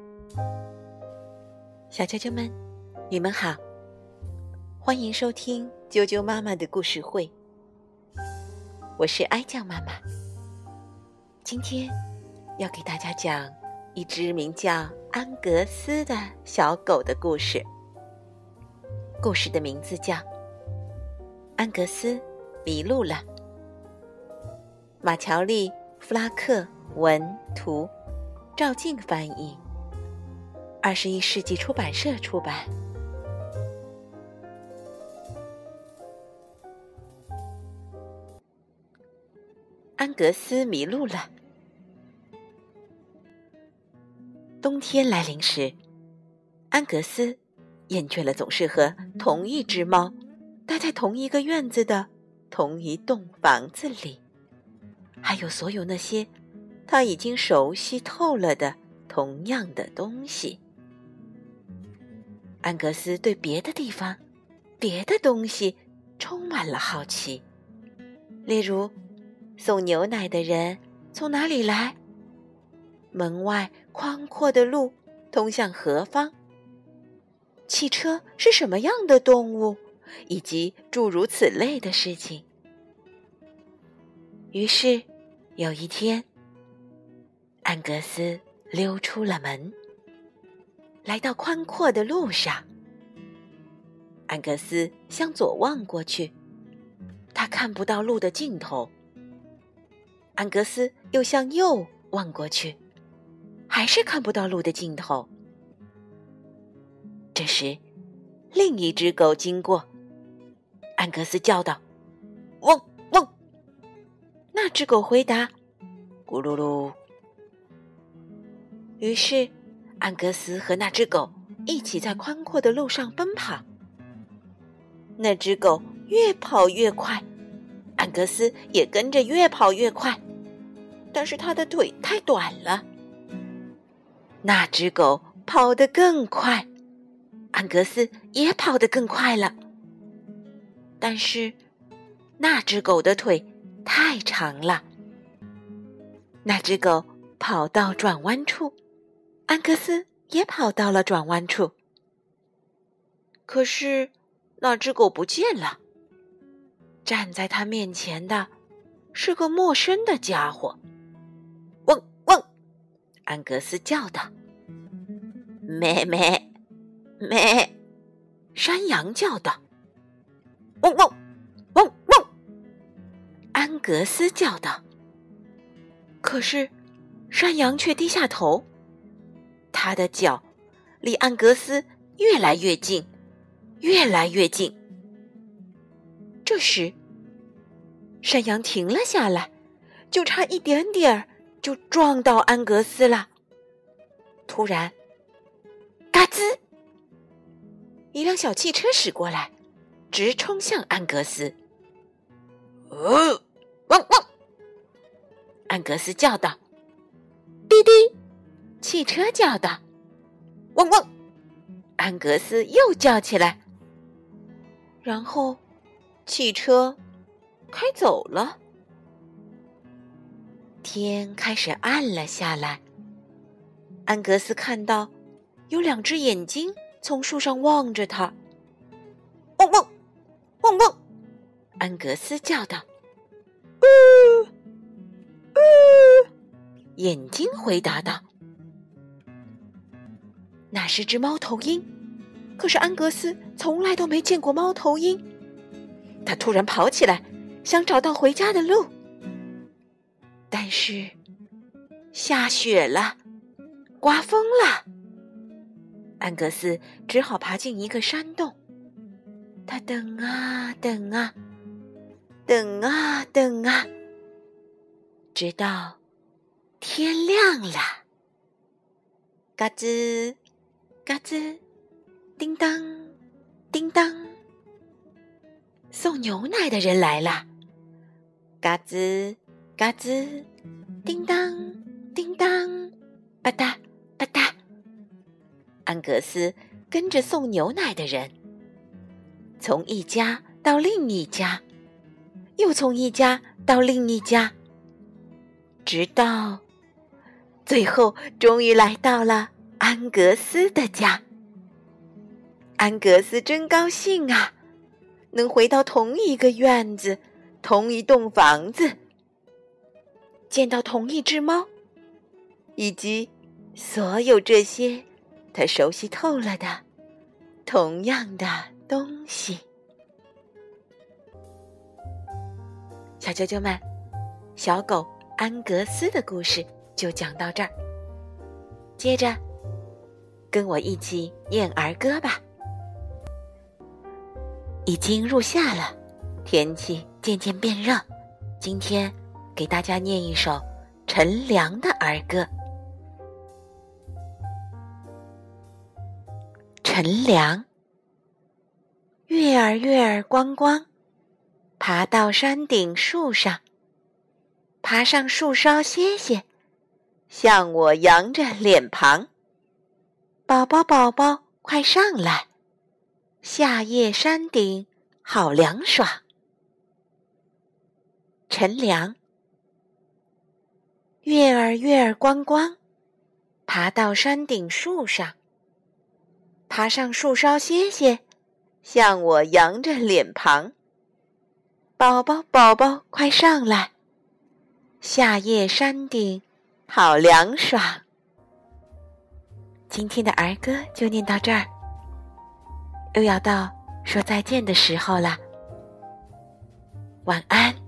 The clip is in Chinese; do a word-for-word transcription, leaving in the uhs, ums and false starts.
小啾啾们，你们好，欢迎收听啾啾妈妈的故事会。我是哀酱妈妈，今天要给大家讲一只名叫安格斯的小狗的故事。故事的名字叫安格斯迷路了。马乔丽·弗拉克文图，赵静翻译，二十一世纪出版社出版。安格斯迷路了。冬天来临时，安格斯厌倦了总是和同一只猫待在同一个院子的同一栋房子里，还有所有那些他已经熟悉透了的同样的东西。安格斯对别的地方、别的东西充满了好奇，例如送牛奶的人从哪里来？门外宽阔的路通向何方？汽车是什么样的动物？以及诸如此类的事情。于是有一天，安格斯溜出了门，来到宽阔的路上。安格斯向左望过去，他看不到路的尽头。安格斯又向右望过去，还是看不到路的尽头。这时，另一只狗经过，安格斯叫道：“汪汪！”那只狗回答：“咕噜噜。”于是，安格斯和那只狗一起在宽阔的路上奔跑。那只狗越跑越快，安格斯也跟着越跑越快，但是他的腿太短了。那只狗跑得更快，安格斯也跑得更快了，但是那只狗的腿太长了。那只狗跑到转弯处，安格斯也跑到了转弯处。可是那只狗不见了，站在他面前的是个陌生的家伙。汪汪！安格斯叫道。咩咩咩！山羊叫道。汪汪汪汪！安格斯叫道。可是山羊却低下头，他的脚离安格斯越来越近，越来越近。这时，山羊停了下来，就差一点点儿就撞到安格斯了。突然，嘎吱！一辆小汽车驶过来，直冲向安格斯。哦，汪汪！安格斯叫道。滴滴！汽车叫道。汪汪！安格斯又叫起来。然后，汽车开走了。天开始暗了下来。安格斯看到有两只眼睛从树上望着他。汪汪！汪汪！安格斯叫道。呜呜！眼睛回答道。那是只猫头鹰，可是安格斯从来都没见过猫头鹰。他突然跑起来，想找到回家的路。但是下雪了，刮风了。安格斯只好爬进一个山洞。他等啊等啊，等啊等啊，直到天亮了。嘎吱嘎吱，叮当叮当，送牛奶的人来了。嘎吱嘎吱，叮当叮当，吧嗒吧嗒。安格斯跟着送牛奶的人，从一家到另一家，又从一家到另一家，直到最后终于来到了安格斯的家。安格斯真高兴啊，能回到同一个院子，同一栋房子，见到同一只猫，以及所有这些他熟悉透了的同样的东西。小啾啾们，小狗安格斯的故事就讲到这儿。接着，跟我一起念儿歌吧。已经入夏了，天气渐渐变热，今天给大家念一首陈良的儿歌。陈良，月儿月儿光光，爬到山顶树上，爬上树梢歇歇，向我扬着脸庞。宝宝宝宝快上来，夏夜山顶好凉爽。陈良，月儿月儿光光，爬到山顶树上，爬上树梢歇歇，向我扬着脸庞。宝宝宝宝快上来，夏夜山顶好凉爽。今天的儿歌就念到这儿，又要到说再见的时候了。晚安。